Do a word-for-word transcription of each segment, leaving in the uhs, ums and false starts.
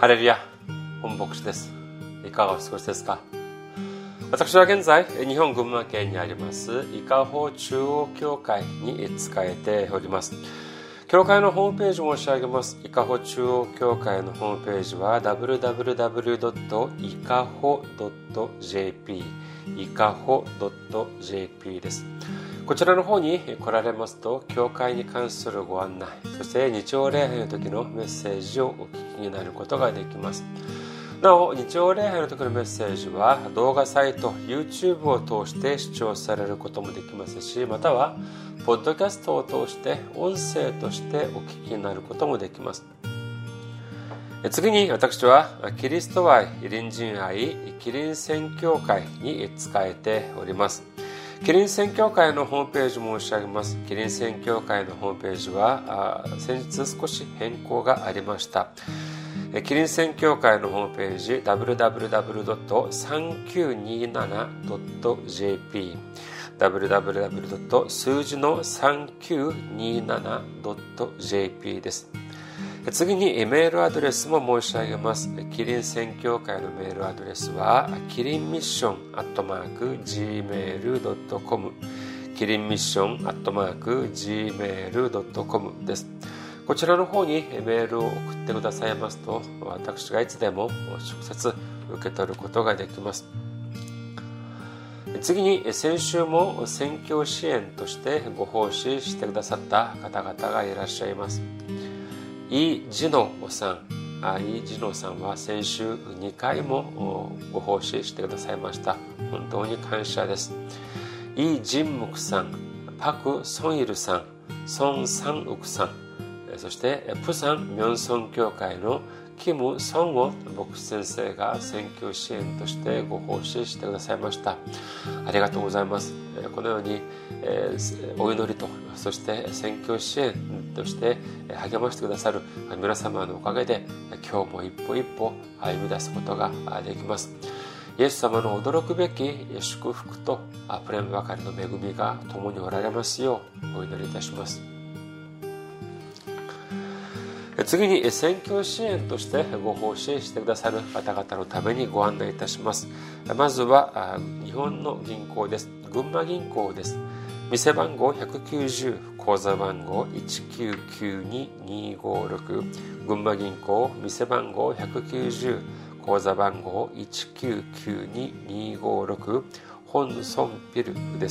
ハレルヤ、本牧師です。いかがお過ごしですか？私は現在、日本群馬県にあります伊香保中央教会に仕えております。教会のホームページを申し上げます。伊香保中央教会のホームページは ダブリュダブリュダブリュドットイカホドットジェーピー イカホドットジェーピー です。こちらの方に来られますと、教会に関するご案内、そして日曜礼拝の時のメッセージをお聞きになることができます。なお、日曜礼拝の時のメッセージは動画サイト YouTube を通して視聴されることもできますし、またはポッドキャストを通して音声としてお聞きになることもできます。次に私はキリスト愛隣人愛キリン宣教会に仕えております。キリン宣教会のホームページ申し上げます。キリン宣教会のホームページは先日少し変更がありました。キリン宣教会のホームページ ダブリュダブリュダブリュドットさんきゅうにななドットジェーピー ダブリュダブリュダブリュドット 数字のさんきゅうにななドットジェーピー です。次にメールアドレスも申し上げます。キリン宣教会のメールアドレスはキリンミッションアットマーク ジーメールドットコム キリンミッションアットマーク ジーメールドットコム です。こちらの方にメールを送ってくださいますと、私がいつでも直接受け取ることができます。次に、先週も宣教支援としてご奉仕してくださった方々がいらっしゃいます。イ・ジノさん、イ・ジノさんは先週にかいもご奉仕してくださいました。本当に感謝です。イ・ジンムクさん、パク・ソンイルさん、ソン・サンウクさん、そしてプサン・ミョンソン教会のキム・ソンウ牧師先生が宣教支援としてご奉仕してくださいました。ありがとうございます。このようにお祈りと、そして宣教支援として励ましてくださる皆様のおかげで、今日も一歩一歩歩み出すことができます。イエス様の驚くべき祝福とあふれんばかりの恵みが共におられますようお祈りいたします。次に宣教支援としてご奉仕してくださる方々のためにご案内いたします。まずは日本の銀行です。群馬銀行です。店番号ひゃくきゅうじゅう、口座番号いちきゅうきゅうににごろく、群馬銀行店番号ひゃくきゅうじゅう、口座番号いちきゅうきゅうににごろく、本村ビルです。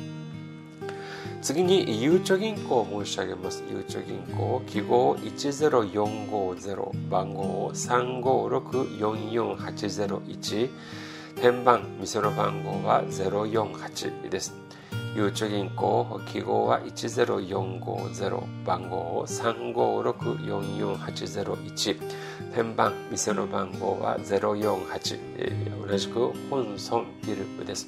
次にゆうちょ銀行を申し上げます。ゆうちょ銀行記号いちぜろよんごゼロ、番号さんごろくよんよんはちゼロいち、店番店の番号はゼロよんはちです。ゆうちょ銀行記号はいちぜろよんごゼロ、番号さんごろくよんよんはちゼロいち、店番店の番号はゼロよんはち、同じく本村ビルです。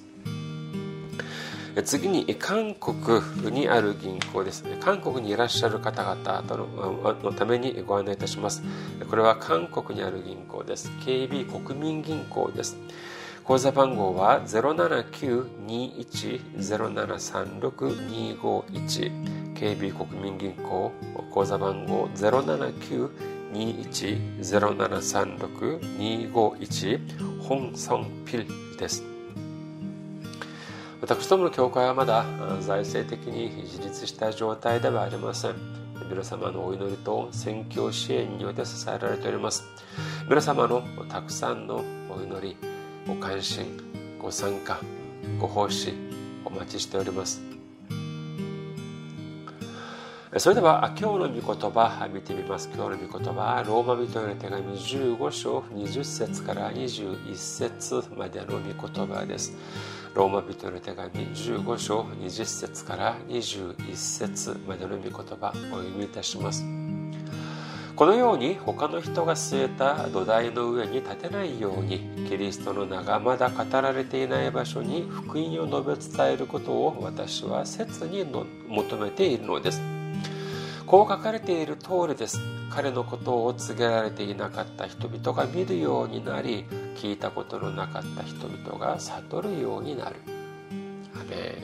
次に韓国にある銀行です。韓国にいらっしゃる方々のためにご案内いたします。これは韓国にある銀行です。ケービー 国民銀行です。口座番号は ゼロななきゅうにいちゼロななさんろくにごいち、 ケービー 国民銀行口座番号 ゼロななきゅうにいちゼロななさんろくにごいち、本村ピルです。私どもの教会はまだ財政的に自立した状態ではありません。皆様のお祈りと宣教支援によって支えられております。皆様のたくさんのお祈り、ご関心、ご参加、ご奉仕お待ちしております。それでは今日の御言葉見てみます。今日の御言葉、ローマ人への手紙じゅうご章にじゅっ節からにじゅういち節までの御言葉です。ローマ人への手紙じゅうご章にじゅっ節からにじゅういち節までの御言葉お読みいたします。このように他の人が据えた土台の上に立てないように、キリストの名がまだ語られていない場所に福音を述べ伝えることを私は切に求めているのです。こう書かれている通りです。彼のことを告げられていなかった人々が見るようになり、聞いたことのなかった人々が悟るようになる。アメン。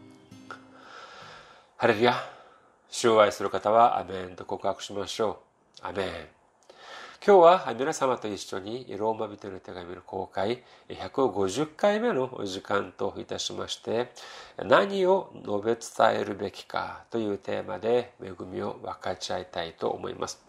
ハレルヤ。主を愛する方はアメンと告白しましょアメン。今日は皆様と一緒にローマ人の手紙の公開ひゃくごじゅっかいめの時間といたしまして、何を述べ伝えるべきかというテーマで恵みを分かち合いたいと思います。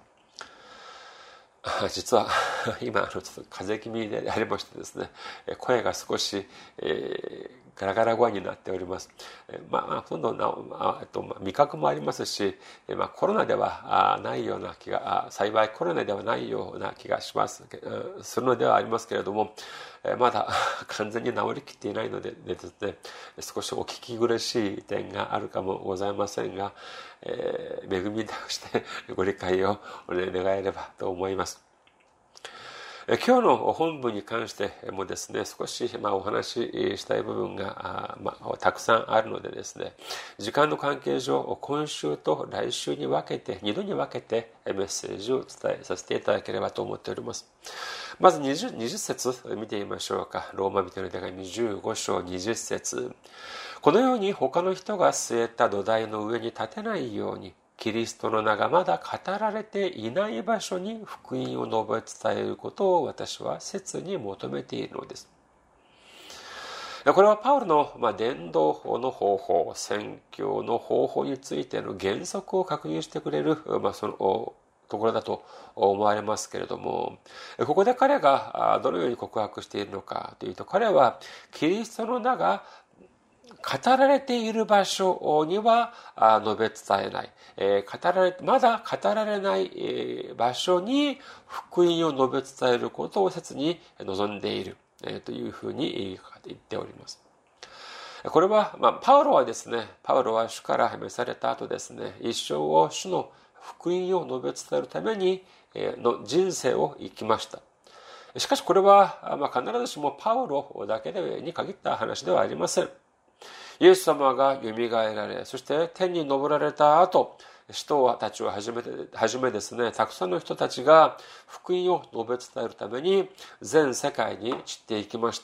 実は今ちょっと風邪気味でありましてですね、声が少し、えーガラガラ声になっております。まあ、ほとんどな、あとまあ味覚もありますし、まあ、コロナではないような気が、幸いコロナではないような気がします、するのではありますけれども、まだ完全に治りきっていないのでですね、少しお聞き苦しい点があるかもございませんが、えー、恵みとしてご理解を願えればと思います。今日の本文に関してもですね、少しまあお話ししたい部分がまあたくさんあるのでですね、時間の関係上、今週と来週に分けて、二度に分けてメッセージを伝えさせていただければと思っております。まず 20, 20節見てみましょうか。ローマ人の手紙じゅうご章にじゅっ節。このように他の人が据えた土台の上に立てないように、キリストの名がまだ語られていない場所に福音を述べ伝えることを私は切に求めているのです。これはパウロの、まあ、伝道の方法、宣教の方法についての原則を確認してくれる、まあ、そのところだと思われますけれども、ここで彼がどのように告白しているのかというと、彼はキリストの名が語られている場所には述べ伝えない、えー、語られまだ語られない場所に福音を述べ伝えることを切に望んでいる、えー、というふうに言っております。これは、まあ、パウロはですね、パウロは主から召された後ですね、一生を主の福音を述べ伝えるためにの人生を生きました。しかしこれは、まあ、必ずしもパウロだけに限った話ではありません。イエス様がよみがえられ、そして天に昇られた後、人たちをはじめ、はじめですね、たくさんの人たちが福音を述べ伝えるために全世界に散っていきました。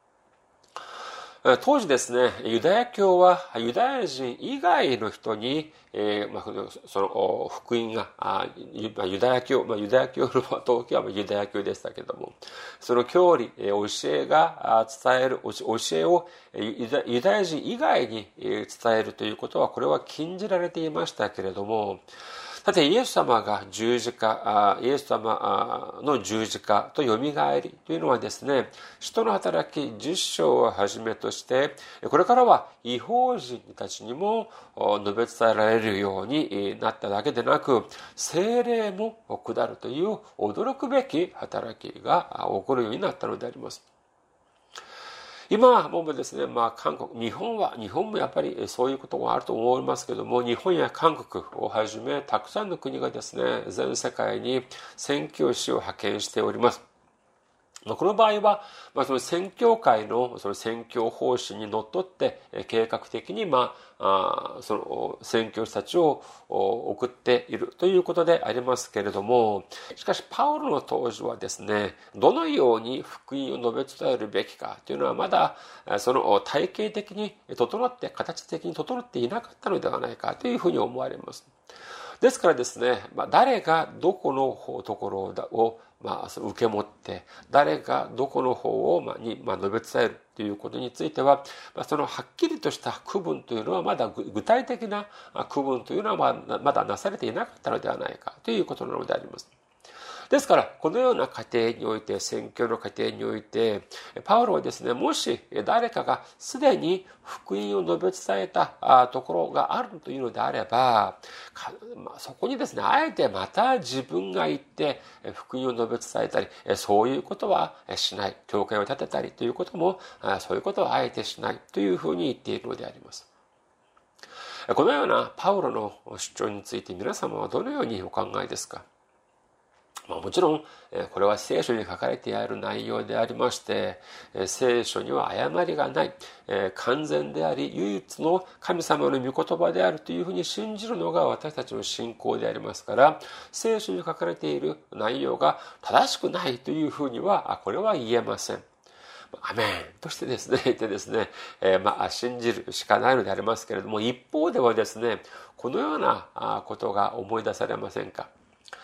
当時ですね、ユダヤ教はユダヤ人以外の人に、えーまあ、その福音が、あユダヤ教、まあ、ユダヤ教の時はユダヤ教でしたけれども、その教理、教えが伝える、教えをユダヤ人以外に伝えるということは、これは禁じられていましたけれども、さて、イエス様が十字架、イエス様の十字架とよみがえりというのはですね、使徒の働きじゅっ章をはじめとして、これからは異邦人たちにも述べ伝えられるようになっただけでなく、聖霊も下るという驚くべき働きが起こるようになったのであります。今もですね、まあ韓国、日本は、日本もやっぱりそういうことがあると思いますけれども、日本や韓国をはじめ、たくさんの国がですね、全世界に宣教師を派遣しております。この場合は、まあ、その宣教会のその宣教方針にのっとって計画的に、まあ、あその宣教師たちを送っているということでありますけれども、しかしパウロの当時はですね、どのように福音を述べ伝えるべきかというのはまだその体系的に整って、形的に整っていなかったのではないかというふうに思われます。ですからですね、まあ、誰がどこのところを、まあ、受け持って、誰がどこの方を、まあ、に、まあ、述べ伝えるということについては、まあ、そのはっきりとした区分というのはまだ具体的な区分というのはまだまだなされていなかったのではないかということなのであります。ですから、このような過程において、宣教の過程において、パウロはですね、もし誰かがすでに福音を述べ伝えたところがあるというのであれば、そこにですね、あえてまた自分が行って福音を述べ伝えたり、そういうことはしない。教会を建てたりということも、そういうことはあえてしないというふうに言っているのであります。このようなパウロの主張について皆様はどのようにお考えですか？まあ、もちろんこれは聖書に書かれてある内容でありまして、聖書には誤りがない、完全であり唯一の神様の御言葉であるというふうに信じるのが私たちの信仰でありますから、聖書に書かれている内容が正しくないというふうにはこれは言えません。アメンとしてですね、言ってですね、えー、まあ信じるしかないのでありますけれども、一方ではですね、このようなことが思い出されませんか？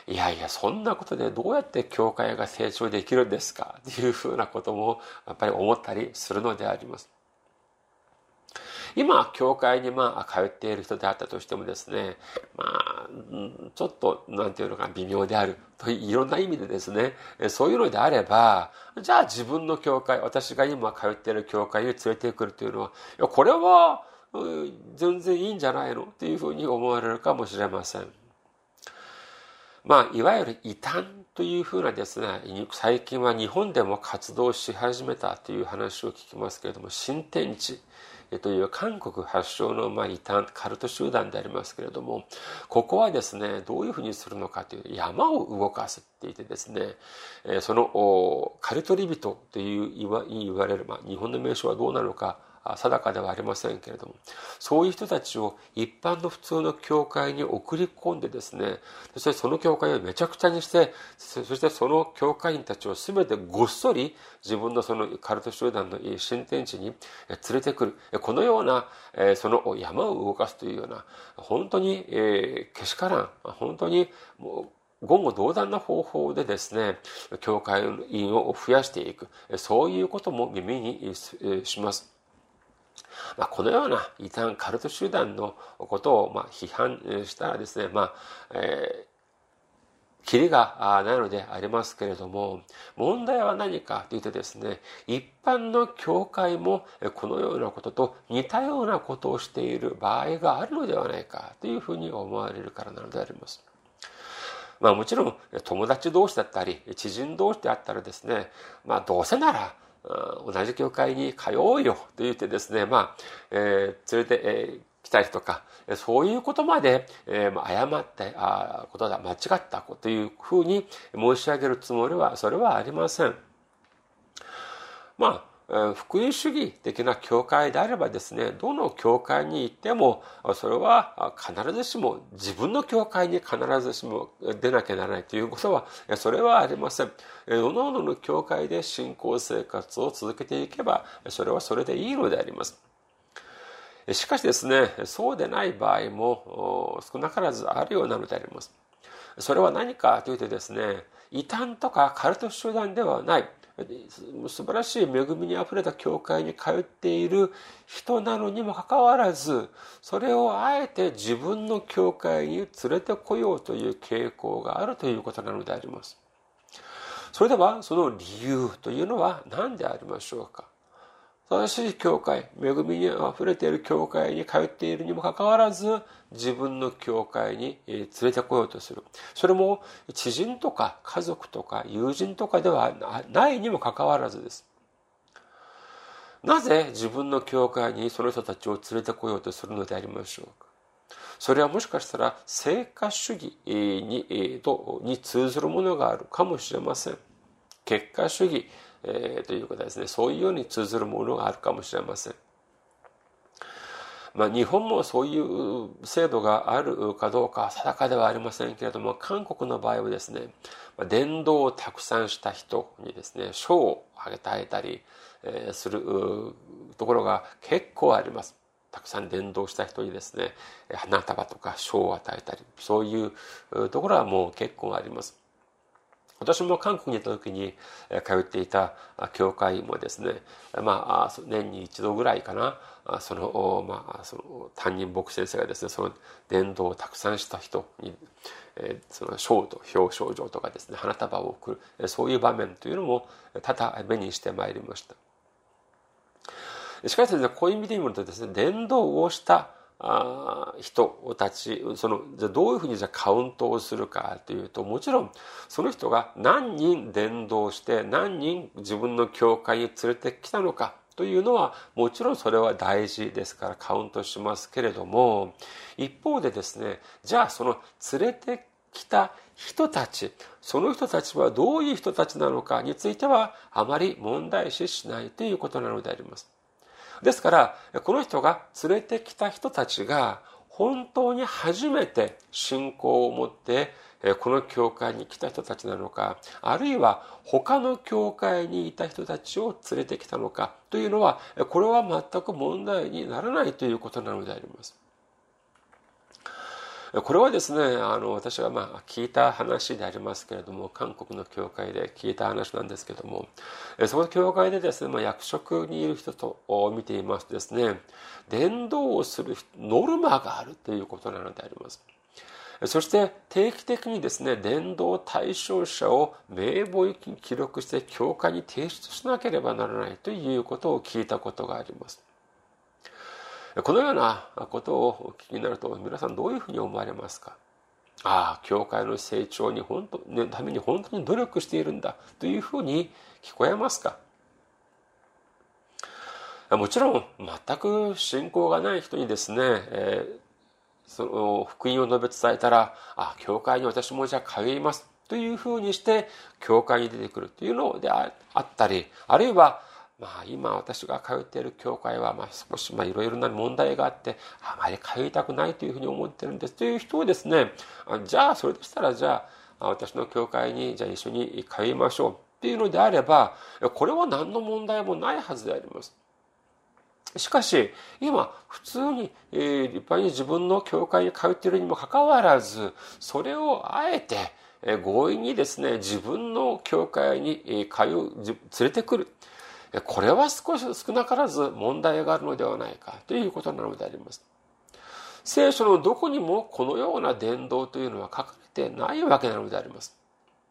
いやいや、そんなことでどうやって教会が成長できるんですかっていうふうなこともやっぱり思ったりするのであります。今、教会にまあ通っている人であったとしてもですね、まあ、ちょっと、なんていうのか微妙であるといろんな意味でですね、そういうのであれば、じゃあ自分の教会、私が今通っている教会に連れてくるというのは、いや、これは全然いいんじゃないのっていうふうに思われるかもしれません。まあ、いわゆる異端というふうなですね、最近は日本でも活動し始めたという話を聞きますけれども、新天地という韓国発祥のまあ異端、カルト集団でありますけれども、ここはですね、どういうふうにするのかという、山を動かすっていてですね、そのカルトリ人という言われる、まあ、日本の名称はどうなのか、定かではありませんけれども、そういう人たちを一般の普通の教会に送り込んでですね、そしてその教会をめちゃくちゃにして、そしてその教会員たちを全てごっそり自分のそのカルト集団の新天地に連れてくる。このような、その山を動かすというような、本当にけしからん、本当にもう言語道断な方法でですね、教会員を増やしていく。そういうことも耳にします。まあ、このような異端カルト集団のことをまあ批判したらですね、まあ、えー、キリがないのでありますけれども、問題は何かというとですね、一般の教会もこのようなことと似たようなことをしている場合があるのではないかというふうに思われるからなのであります。まあもちろん友達同士だったり知人同士であったらですね、まあどうせなら同じ教会に通おうよと言ってですね、まあ、えー、連れて、えー、来たりとか、そういうことまで、えー、誤ったあことだ、間違ったというふうに申し上げるつもりは、それはありません。まあ、福音主義的な教会であればですね、どの教会に行っても、それは必ずしも自分の教会に必ずしも出なきゃならないということは、それはありません。おのおのの教会で信仰生活を続けていけば、それはそれでいいのであります。しかしですね、そうでない場合も少なからずあるようなのであります。それは何かというとですね、異端とかカルト集団ではない。素晴らしい恵みにあふれた教会に通っている人なのにもかかわらず、それをあえて自分の教会に連れてこようという傾向があるということなのであります。それではその理由というのは何でありましょうか。正しい教会、恵みにあふれている教会に通っているにもかかわらず、自分の教会に連れてこようとする。それも知人とか家族とか友人とかではないにもかかわらずです。なぜ自分の教会にその人たちを連れてこようとするのでありましょうか。それはもしかしたら成果主義にに通ずるものがあるかもしれません。結果主義えー、ということですね、そういうように通ずるものがあるかもしれません。まあ、日本もそういう制度があるかどうか定かではありませんけれども、韓国の場合はですね、伝道をたくさんした人にですね、賞をあげてあげたりするところが結構あります。たくさん伝道した人にですね、花束とか賞を与えたり、そういうところはもう結構あります。私も韓国にいた時に通っていた教会もですね、まあ、年に一度ぐらいかな、その、まあ、その担任牧師先生がですね、その伝道をたくさんした人に、その賞と表彰状とかですね、花束を贈る、そういう場面というのも多々目にしてまいりました。しかしですね、こういう意味で見るとですね、伝道をしたあ人たち、その、じゃどういうふうにじゃカウントをするかというと、もちろん、その人が何人伝道して、何人自分の教会に連れてきたのかというのは、もちろんそれは大事ですからカウントしますけれども、一方でですね、じゃあその連れてきた人たち、その人たちはどういう人たちなのかについては、あまり問題視しないということなのであります。ですから、この人が連れてきた人たちが本当に初めて信仰を持ってこの教会に来た人たちなのか、あるいは他の教会にいた人たちを連れてきたのかというのは、これは全く問題にならないということなのであります。 これはですね、あの私がまあ聞いた話でありますけれども、韓国の教会で聞いた話なんですけれども、その教会でですね、まあ、役職にいる人と見ていますとですね、伝道をするノルマがあるということなのであります。そして定期的にですね、伝道対象者を名簿に記録して教会に提出しなければならないということを聞いたことがあります。このようなことをお聞きになると、皆さんどういうふうに思われますか？ああ、教会の成長に本当のために本当に努力しているんだというふうに聞こえますか？もちろん全く信仰がない人にですね、えー、その福音を述べ伝えたら、あ、教会に私もじゃあ通いますというふうにして教会に出てくるというのであったり、あるいはまあ今私が通っている教会はまあ少しまあいろいろな問題があってあまり通いたくないというふうに思ってるんですという人をですね、じゃあそれでしたらじゃあ私の教会にじゃあ一緒に通いましょうっていうのであれば、これは何の問題もないはずであります。しかし今普通に、えー、立派に自分の教会に通っているにもかかわらず、それをあえて、えー、強引にですね自分の教会に、えー、通う連れてくる、これは少し少なからず問題があるのではないかということなのであります。聖書のどこにもこのような伝道というのは書かれてないわけなのであります。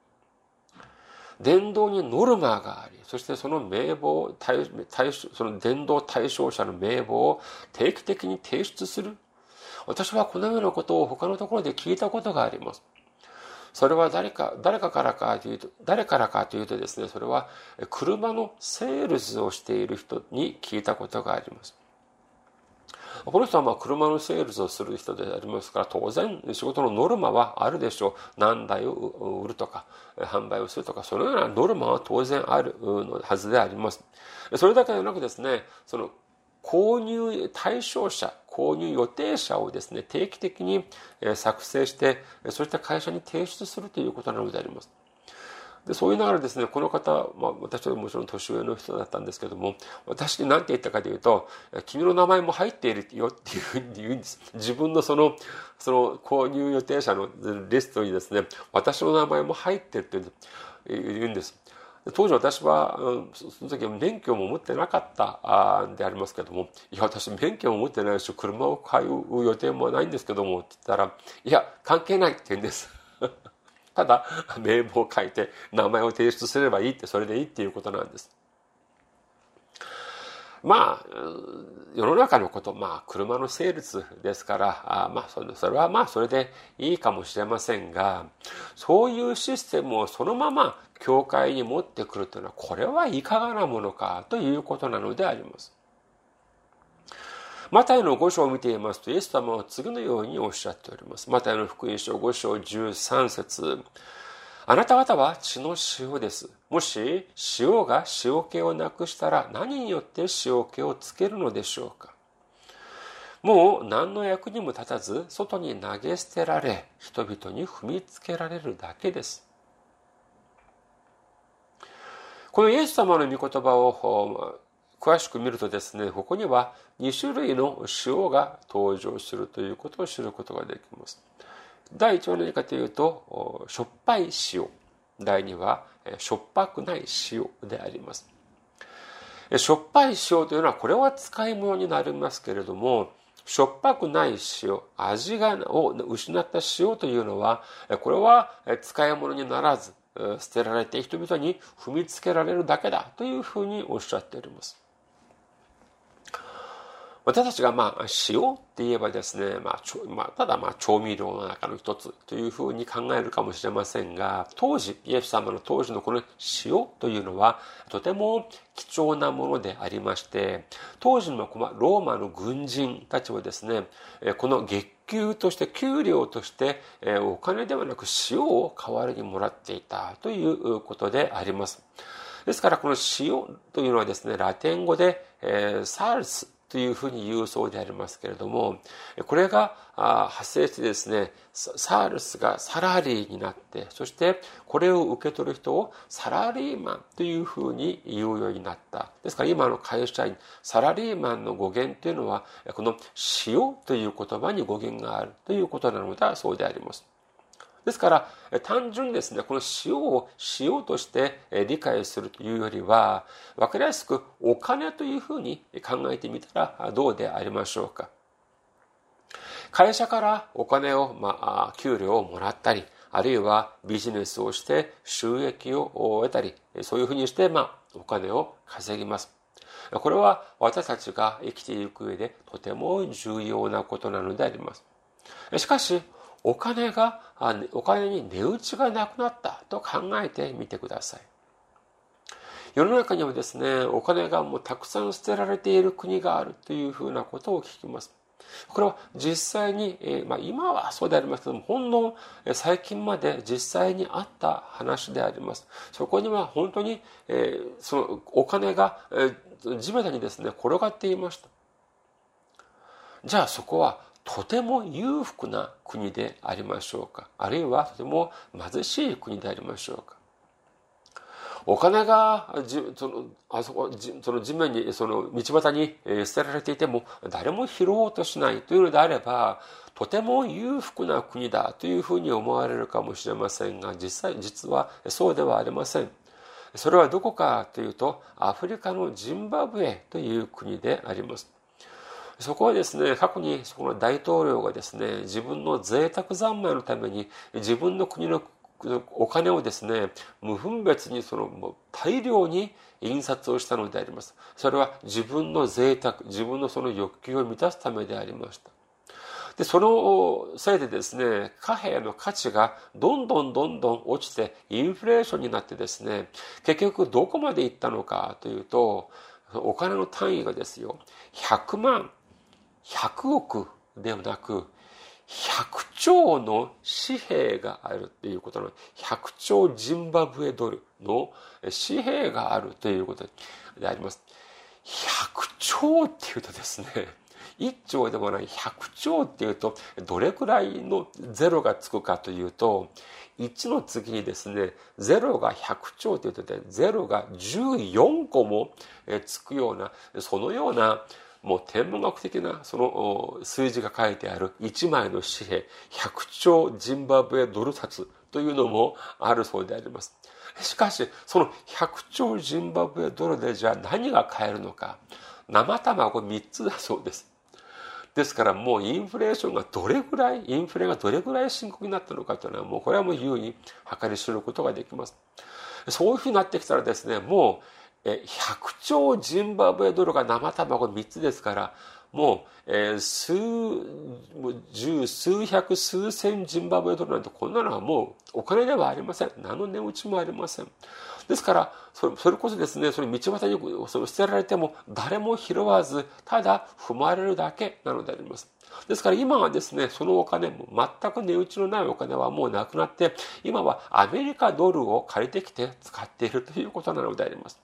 伝道にノルマがあり、そしてその名簿をその伝道対象者の名簿を定期的に提出する。私はこのようなことを他のところで聞いたことがあります。それは誰か、誰かからかというと、誰からかというとですね、それは車のセールスをしている人に聞いたことがあります。この人はまあ車のセールスをする人でありますから、当然仕事のノルマはあるでしょう。何台を売るとか、販売をするとか、そのようなノルマは当然あるはずであります。それだけでなくですね、その購入対象者、購入予定者をですね、定期的に作成して、そういった会社に提出するということなのであります。でそう言いながらですね、この方、まあ、私はもちろん年上の人だったんですけども、私に何て言ったかというと、君の名前も入っているよっていうふうに言うんです。自分のその、その購入予定者のリストにですね、私の名前も入っていると言うんです。当時私は、その時は免許も持ってなかったでありますけども、いや、私免許も持ってないし、車を買う予定もないんですけども、って言ったら、いや、関係ないって言うんです。ただ、名簿を書いて名前を提出すればいいって、それでいいっていうことなんです。まあ、世の中のこと、まあ、車のセールスですから、あまあ、それ、それはまあ、それでいいかもしれませんが、そういうシステムをそのまま教会に持ってくるというのは、これはいかがなものかということなのであります。マタイのご章を見ていますと、イエス様は次のようにおっしゃっております。マタイの福音書ご章じゅうさん節。あなた方は血の塩です。もし塩が塩気をなくしたら何によって塩気をつけるのでしょうか。もう何の役にも立たず、外に投げ捨てられ、人々に踏みつけられるだけです。このイエス様の御言葉を詳しく見るとですね、ここにはに種類の塩が登場するということを知ることができます。第一は何かというと、しょっぱい塩。第二はしょっぱくない塩であります。しょっぱい塩というのは、これは使い物になりますけれども、しょっぱくない塩、味がを失った塩というのは、これは使い物にならず、捨てられて人々に踏みつけられるだけだというふうにおっしゃっております。私たちがまあ塩って言えばですね、まあ、まあ、ただまあ調味料の中の一つというふうに考えるかもしれませんが、当時、イエス様の当時のこの塩というのはとても貴重なものでありまして、当時のローマの軍人たちはですね、この月給として、給料としてお金ではなく塩を代わりにもらっていたということであります。ですからこの塩というのはですね、ラテン語で、えー、サルスというふうに言うそうでありますけれども、これが発生してですね、サールスがサラリーになって、そしてこれを受け取る人をサラリーマンというふうに言うようになった。ですから今の会社員、サラリーマンの語源というのは、この塩という言葉に語源があるということなのだそうであります。ですから、単純にですね、この塩を塩として理解するというよりは、わかりやすくお金というふうに考えてみたらどうでありましょうか。会社からお金を、まあ、給料をもらったり、あるいはビジネスをして収益を得たり、そういうふうにして、まあ、お金を稼ぎます。これは私たちが生きていく上でとても重要なことなのであります。しかし、お金が、お金に値打ちがなくなったと考えてみてください。世の中にはですね、お金がもうたくさん捨てられている国があるというふうなことを聞きます。これは実際に、まあ、今はそうでありますけども、ほんの最近まで実際にあった話であります。そこには本当に、えー、そのお金が、えー、地面にですね、転がっていました。じゃあそこはとても裕福な国でありましょうか、あるいはとても貧しい国でありましょうか。お金がそのあそこその地面にその道端に捨てられていても誰も拾おうとしないというのであれば、とても裕福な国だというふうに思われるかもしれませんが、実際実はそうではありません。それはどこかというと、アフリカのジンバブエという国であります。そこはですね、過去にそこの大統領がですね、自分の贅沢三昧のために自分の国のお金をですね、無分別にその大量に印刷をしたのであります。それは自分の贅沢、自分のその欲求を満たすためでありました。で、そのせいでですね、貨幣の価値がどんどんどんどん落ちてインフレーションになってですね、結局どこまでいったのかというと、お金の単位がですよ、ひゃくまん、ひゃくおくではなく、ひゃくちょうの紙幣があるっていうことなの。ひゃくちょうジンバブエドルの紙幣があるということであります。ひゃくちょうっていうとですね、いっちょうでもないひゃくちょうっていうと、どれくらいのゼロがつくかというと、いちの次にですね、ゼロがひゃくちょうというと、ね、ゼロがじゅうよんこもつくような、そのようなもう天文学的なその数字が書いてあるいちまいの紙幣、ひゃくちょうジンバブエドル札というのもあるそうであります。しかし、そのひゃくちょうジンバブエドルでじゃあ何が買えるのか。生卵みっつだそうです。ですからもうインフレーションがどれぐらい、インフレがどれぐらい深刻になったのかというのは、もうこれはもう優に計り知ることができます。そういうふうになってきたらですね、もうひゃくちょうジンバブエドルが生卵みっつですから、もう、えー、数十数百数千ジンバブエドルなんて、こんなのはもうお金ではありません。何の値打ちもありません。ですからそれ、それこそですね、それ道端にそれ捨てられても誰も拾わず、ただ踏まれるだけなのであります。ですから今はですね、そのお金も全く値打ちのないお金はもうなくなって、今はアメリカドルを借りてきて使っているということなのであります。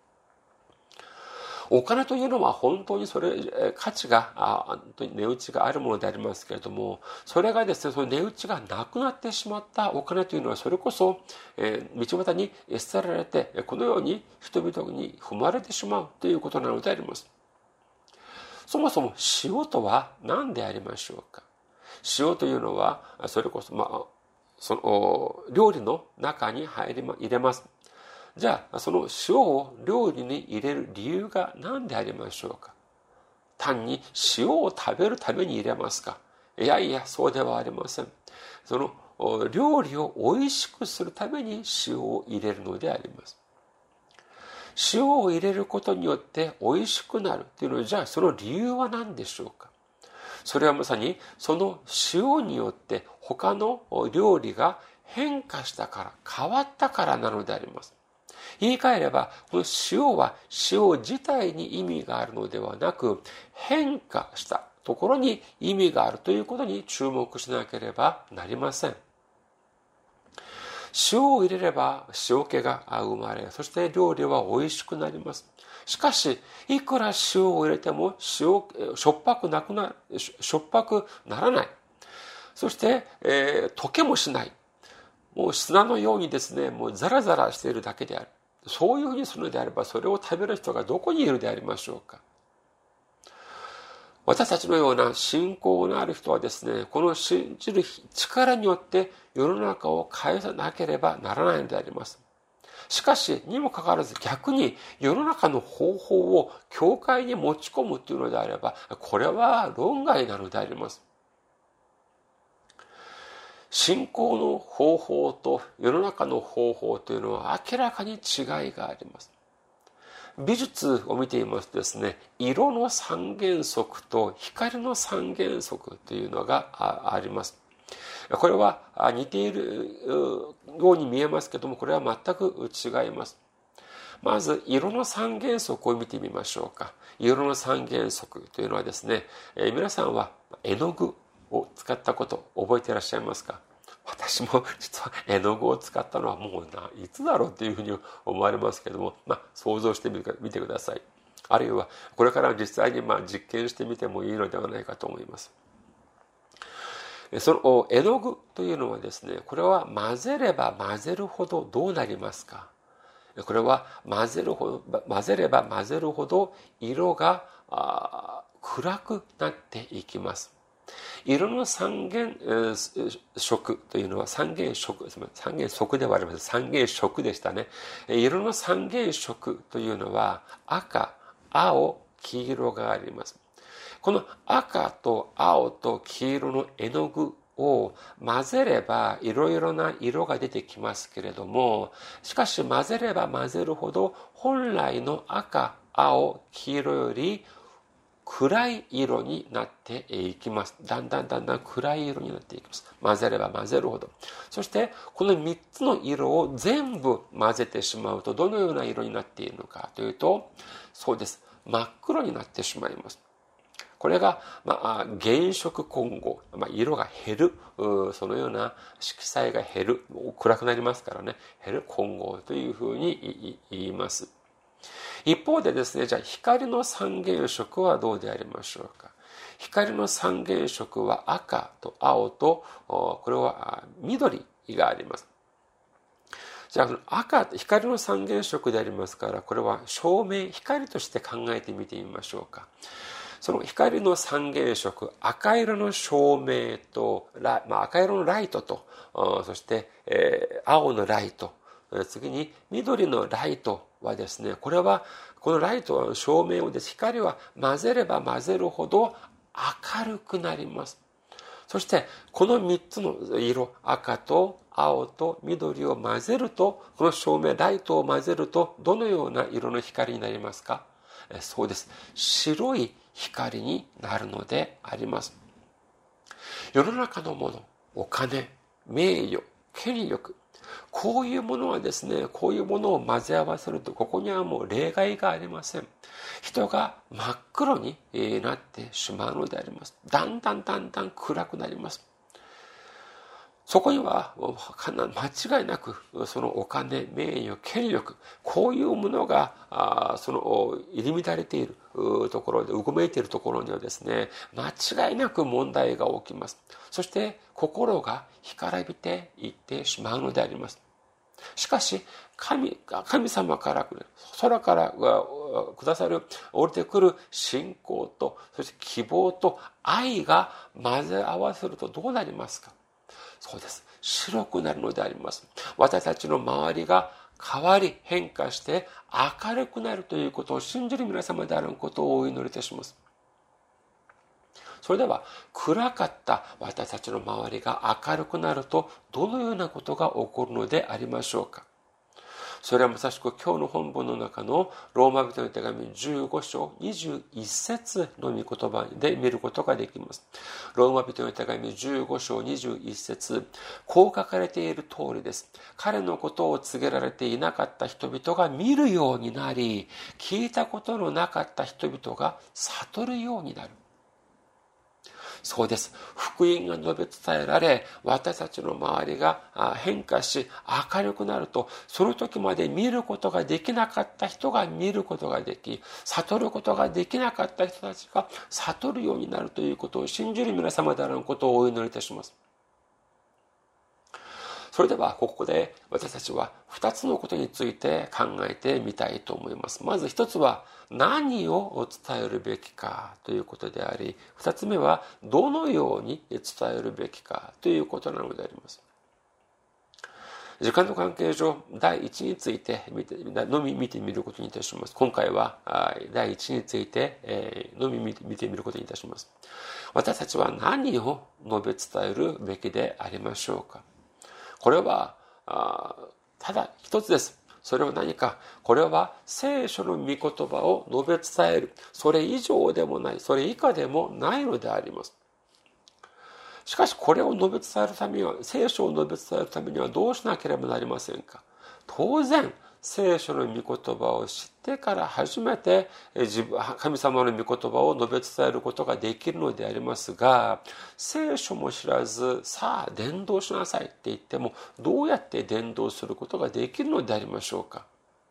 お金というのは本当にそれ価値が値打ちがあるものでありますけれども、それがですね、その値打ちがなくなってしまったお金というのは、それこそ、えー、道端に捨てられて、このように人々に踏まれてしまうということなのであります。そもそも塩とは何でありましょうか。塩というのはそれこそ、まあ、その料理の中に入り、ま、入れます。じゃあその塩を料理に入れる理由が何でありましょうか。単に塩を食べるために入れますか。いやいや、そうではありません。その料理を美味しくするために塩を入れるのであります。塩を入れることによって美味しくなるというのは、じゃあその理由は何でしょうか。それはまさにその塩によって他の料理が変化したから、変わったからなのであります。言い換えれば、この塩は塩自体に意味があるのではなく、変化したところに意味があるということに注目しなければなりません。 塩を入れれば塩気が生まれ、そして料理は美味しくなります。しかし、いくら塩を入れても塩、しょっぱくなくなる、しょっぱくならない。そして、えー、溶けもしない。もう砂のようにですね、もうザラザラしているだけである。そういうふうにするのであれば、それを食べる人がどこにいるでありましょうか。私たちのような信仰のある人はですね、この信じる力によって世の中を変えなければならないのであります。しかし、にもかかわらず逆に世の中の方法を教会に持ち込むというのであれば、これは論外なのであります。信仰の方法と世の中の方法というのは明らかに違いがあります。美術を見ていますとですね、色の三原則と光の三原則というのがあります。これは似ているように見えますけども、これは全く違います。まず、色の三原則を見てみましょうか。色の三原則というのはですね、えー、皆さんは絵の具を使ったこと覚えていらっしゃいますか？私も実は絵の具を使ったのはもうないつだろうっていうふうに思われますけども、まあ、想像してみてください。あるいはこれから実際にまあ実験してみてもいいのではないかと思います。その絵の具というのはですね、これは混ぜれば混ぜるほどどうなりますか？これは混ぜるほど、混ぜれば混ぜるほど色が暗くなっていきます。色の三原色というのは三原色、三原色ではありません。三原色でしたね。色の三原色というのは赤、青、黄色があります。この赤と青と黄色の絵の具を混ぜればいろいろな色が出てきますけれども、しかし混ぜれば混ぜるほど本来の赤、青、黄色より暗い色になっていきます。だんだんだんだん暗い色になっていきます。混ぜれば混ぜるほど。そしてこのみっつの色を全部混ぜてしまうとどのような色になっているのかというと、そうです。真っ黒になってしまいます。これが、まあ、原色混合、まあ、色が減る、そのような色彩が減る、暗くなりますからね、減る混合というふうに言います。一方でですね、じゃあ光の三原色はどうでありましょうか。光の三原色は赤と青と、これは緑があります。じゃあ赤、光の三原色でありますから、これは照明、光として考えてみてみましょうか。その光の三原色、赤色の照明と、まあ、赤色のライトと、そして、えー、青のライト、次に緑のライトはですね、これはこのライトは照明をです、光は混ぜれば混ぜるほど明るくなります。そしてこのみっつの色、赤と青と緑を混ぜると、この照明、ライトを混ぜるとどのような色の光になりますか？そうです。白い光になるのであります。世の中のもの、お金、名誉、権力、こういうものはですね、こういうものを混ぜ合わせると、ここにはもう例外がありません。人が真っ黒になってしまうのであります。だんだんだんだん暗くなります。そこには間違いなくそのお金、名誉、権力、こういうものがその入り乱れているところで、うごめいているところにはですね、間違いなく問題が起きます。そして心が干からびていってしまうのであります。しかし神、神様から来る、空からくださる、降りてくる信仰と、そして希望と愛が混ぜ合わせるとどうなりますか？そうです。白くなるのであります。私たちの周りが変わり変化して明るくなるということを信じる皆様であることをお祈りいたします。それでは暗かった私たちの周りが明るくなるとどのようなことが起こるのでありましょうか。それはまさしく今日の本文の中のローマ人の手紙じゅうご章にじゅういち節の御言葉で見ることができます。ローマ人の手紙じゅうご章にじゅういち節、こう書かれている通りです。彼のことを告げられていなかった人々が見るようになり、聞いたことのなかった人々が悟るようになる。 そうです。福音が述べ伝えられ、私たちの周りが変化し、明るくなると、その時まで見ることができなかった人が見ることができ、悟ることができなかった人たちが悟るようになるということを信じる皆様であることをお祈りいたします。それではここで私たちは二つのことについて考えてみたいと思います。まず一つは何を伝えるべきかということであり、二つ目はどのように伝えるべきかということなのであります。時間の関係上、第一について見てのみ見てみることにいたします。今回は第一についてのみ見てみることにいたします。私たちは何を述べ伝えるべきでありましょうか。これはただ一つです。それは何か。これは聖書の御言葉を述べ伝える。それ以上でもない。それ以下でもないのであります。しかしこれを述べ伝えるためには、聖書を述べ伝えるためにはどうしなければなりませんか。当然、聖書の御言葉を知ってから初めて神様の御言葉を述べ伝えることができるのでありますが、聖書も知らず、さあ伝道しなさいって言っても、どうやって伝道することができるのでありましょうか。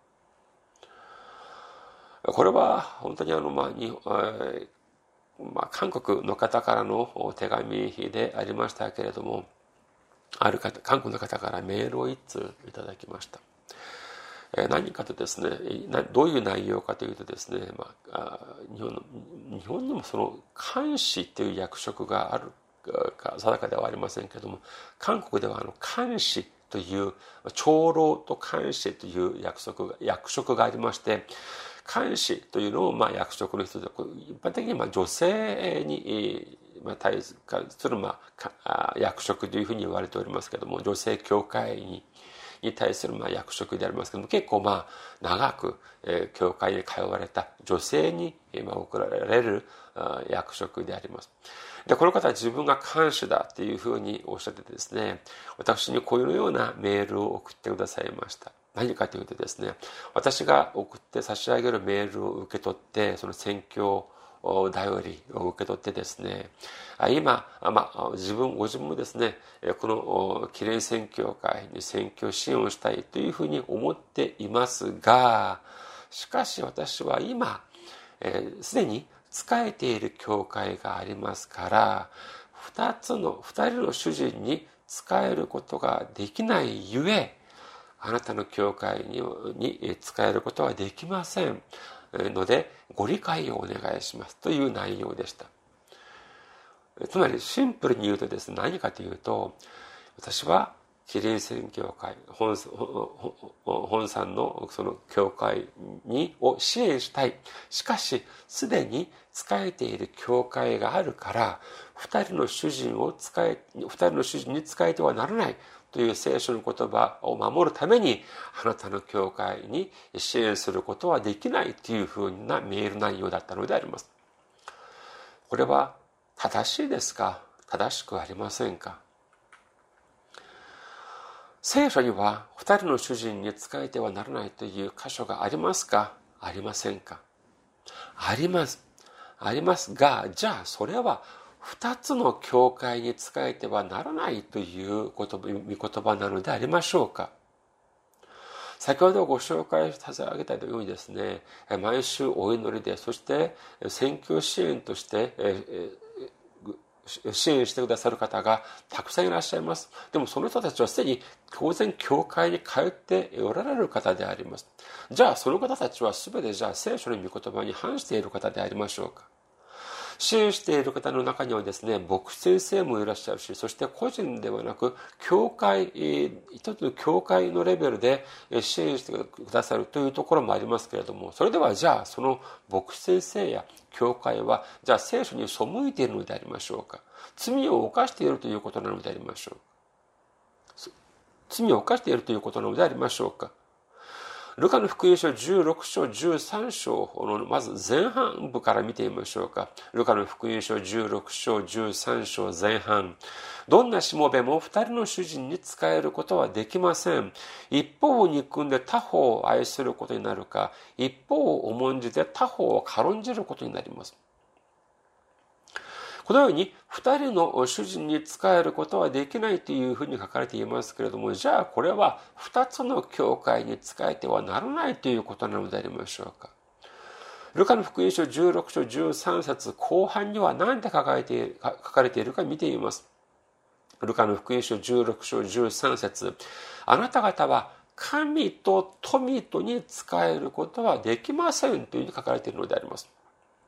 これは本当にあの、まあにまあ、韓国の方からの手紙でありましたけれども、ある方、韓国の方からメールを一通いただきました。何かとですね、どういう内容かというとですね、まあ、日本の、日本にもその監視という役職があるか定かではありませんけれども、韓国ではあの監視という長老と監視という役職が役職がありまして、監視というのをまあ役職の人で、一般的にまあ女性に対するまあ役職というふうに言われておりますけれども、女性教会にに対するまあ役職でありますけども、結構まあ長く教会に通われた女性に贈られる役職であります。で、この方は自分が監視だというふうにおっしゃっててですね、私にこういうようなメールを送ってくださいました。何かというとですね、私が送って差し上げるメールを受け取って、その宣教だよりを受け取ってですね、今、まあ、自分、ご自分もですね、このキレイ宣教会に宣教支援をしたいというふうに思っていますが、しかし私は今、すでに仕えている教会がありますから、二つの、二人の主人に仕えることができないゆえ、あなたの教会にに仕えることはできませんので、ご理解をお願いしますという内容でした。つまりシンプルに言うとですね、何かというと、私はキリン宣教会本、本山のその教会にを支援したい。しかし、すでに仕えている教会があるから、二人の主人を使え、二人の主人に仕えてはならないという聖書の言葉を守るために、あなたの教会に支援することはできないというふうなメール内容だったのであります。これは正しいですか？正しくありませんか？聖書には二人の主人に仕えてはならないという箇所がありますか？ありませんか？あります。ありますが、じゃあそれは二つの教会に仕えてはならないという言葉、御言葉なのでありましょうか？先ほどご紹介させてあげたようにですね、毎週お祈りで、そして宣教支援として支援してくださる方がたくさんいらっしゃいます。でもその人たちはすでに当然教会に通っておられる方であります。じゃあその方たちは全てじゃあ聖書の御言葉に反している方でありましょうか？支援している方の中にはですね、牧師先生もいらっしゃるし、そして個人ではなく、教会、一つの教会のレベルで支援してくださるというところもありますけれども、それではじゃあ、その牧師先生や教会は、じゃあ聖書に背いているのでありましょうか？罪を犯しているということなのでありましょう。罪を犯しているということなのでありましょうか？ルカの福音書じゅうろく章じゅうさん章のまず前半部から見てみましょうか。ルカの福音書じゅうろく章じゅうさん章前半。どんなしもべも二人の主人に仕えることはできません。一方を憎んで他方を愛することになるか、一方を重んじて他方を軽んじることになります。 このように二人の主人に仕えることはできないというふうに書かれていますけれども、じゃあこれは二つの教会に仕えてはならないということなのでありましょうか。ルカの福音書じゅうろく章じゅうさん節後半には何て書かれているか、書かれているか見てみます。ルカの福音書じゅうろく章じゅうさん節、あなた方は神と富とに仕えることはできませんというふうに書かれているのであります。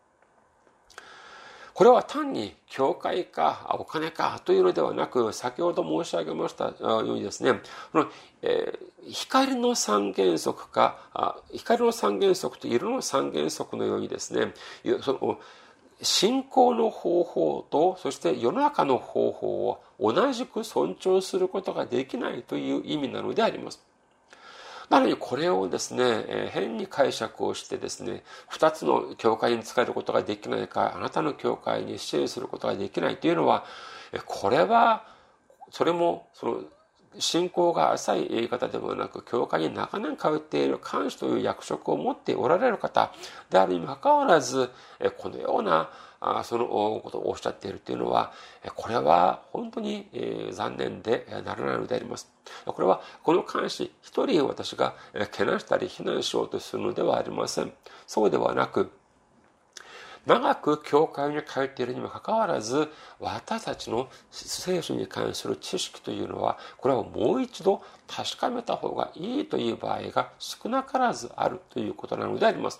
これは単に教会かお金かというのではなく、先ほど申し上げましたようにですね、この、えー、光の三原則か、光の三原則と色の三原則のようにですね、その信仰の方法と、そして世の中の方法を同じく尊重することができないという意味なのであります。なのにこれをですね、変に解釈をしてですね、二つの教会に仕えることができないか、あなたの教会に支援することができないというのは、これは、それも、その、信仰が浅い言い方でもなく、教会に長年通っている監視という役職を持っておられる方であるにもかかわらず、このような、そのことをおっしゃっているというのは、これは本当に残念でならないのであります。これはこの監視一人私がけなしたり非難しようとするのではありません。そうではなく、長く教会に通っているにもかかわらず、私たちの聖書に関する知識というのは、これをもう一度確かめた方がいいという場合が少なからずあるということなのであります。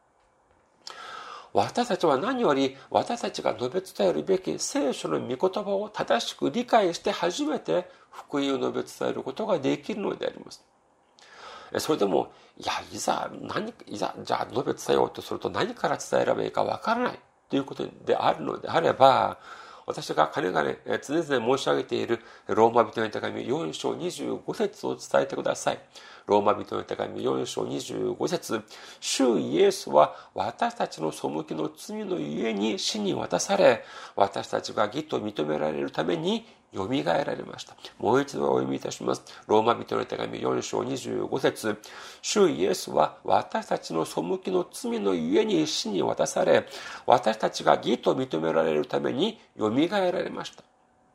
私たちは何より私たちが述べ伝えるべき聖書の御言葉を正しく理解して初めて福音を述べ伝えることができるのであります。それでも、いや、いざ、何、いざ、じゃあ述べ伝えようとすると何から伝えればいいかわからないということであるのであれば、私がかねがね常々申し上げているローマ人の手紙よん章にじゅうご節を伝えてください。ローマ人の手紙よん章にじゅうご節、主イエスは私たちの背きの罪のゆえに死に渡され、私たちが義と認められるためによみがえられました。もう一度お読みいたします。ローマ人の手紙よん章にじゅうご節、主イエスは私たちの背きの罪のゆえに死に渡され、私たちが義と認められるためによみがえられました。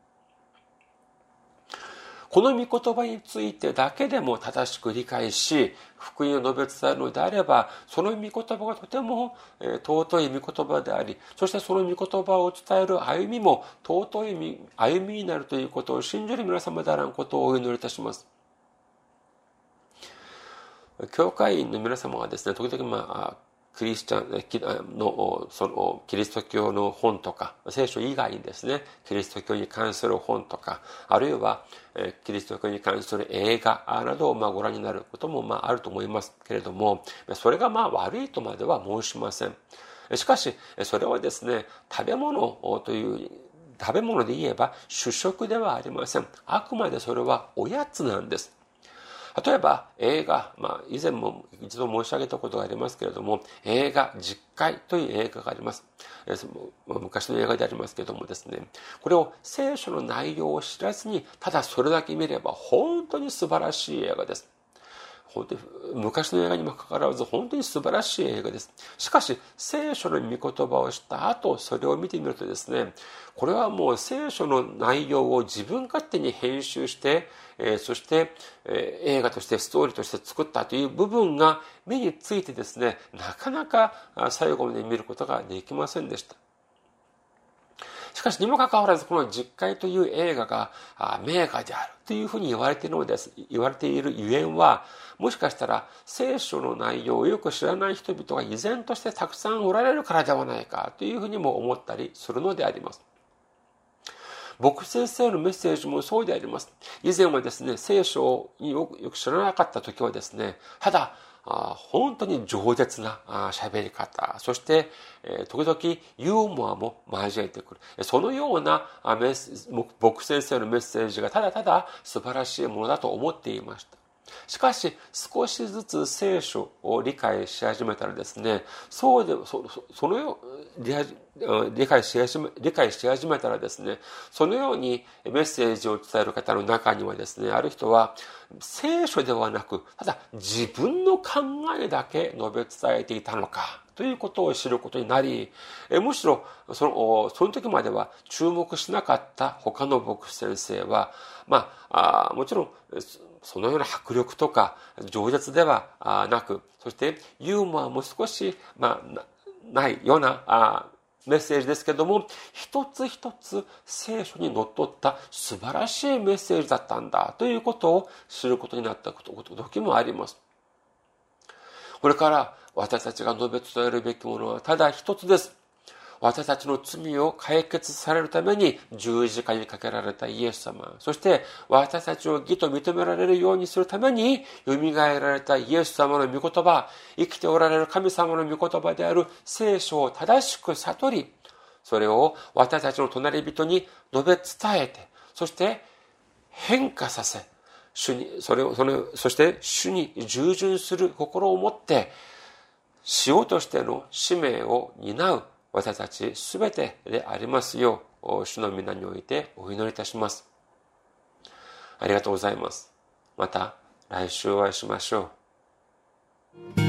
この御言葉についてだけでも正しく理解し、福音を述べ伝えるのであれば、その御言葉がとても尊い御言葉であり、そしてその御言葉を伝える歩みも尊い歩みになるということを信じる皆様であらんことをお祈りいたします。教会員の皆様はですね、時々まあ、クリスチャンの、その、キリスト教の本とか、聖書以外にですね、キリスト教に関する本とか、あるいは、キリスト教に関する映画などをまあご覧になることもまああると思いますけれども、それがまあ悪いとまでは申しません。しかし、それはですね、食べ物という、食べ物で言えば主食ではありません。あくまでそれはおやつなんです。例えば映画、まあ、以前も一度申し上げたことがありますけれども、映画実会という映画があります。昔の映画でありますけれどもですね、これを聖書の内容を知らずにただそれだけ見れば本当に素晴らしい映画です。本当に昔の映画にもかかわらず本当に素晴らしい映画です。しかし聖書の御言葉を知った後それを見てみるとですね、これはもう聖書の内容を自分勝手に編集して、えー、そして、えー、映画としてストーリーとして作ったという部分が目についてですね、なかなか最後まで見ることができませんでした。しかしにもかかわらずこの実会という映画が名画であるというふうに言われているのです。言われているゆえんは、もしかしたら聖書の内容をよく知らない人々が依然としてたくさんおられるからではないかというふうにも思ったりするのであります。牧師先生のメッセージもそうであります。以前はですね、聖書をよく知らなかった時はですね、ただ本当に饒舌な喋り方、そして時々ユーモアも交えてくる。そのような牧師先生のメッセージがただただ素晴らしいものだと思っていました。しかし少しずつ聖書を理解し始めたらですね、そうで そ, そのよう理解し始め理解し始めたらですね、そのようにメッセージを伝える方の中にはですね、ある人は聖書ではなくただ自分の考えだけ述べ伝えていたのかということを知ることになり、むしろその、その時までは注目しなかった他の牧師先生は、まあ、もちろん、そのような迫力とか饒舌ではなく、そしてユーモアも少し、まあ、ないようなメッセージですけども、一つ一つ聖書にのっとった素晴らしいメッセージだったんだということを知ることになった時もあります。これから私たちが述べ伝えるべきものはただ一つです。私たちの罪を解決されるために十字架にかけられたイエス様、そして私たちを義と認められるようにするために蘇られたイエス様の御言葉、生きておられる神様の御言葉である聖書を正しく悟り、それを私たちの隣人に述べ伝えて、そして変化させ、主にそれをそれそして主に従順する心を持って塩としての使命を担う私たちすべてでありますよう、主の皆においてお祈りいたします。ありがとうございます。また来週お会いしましょう。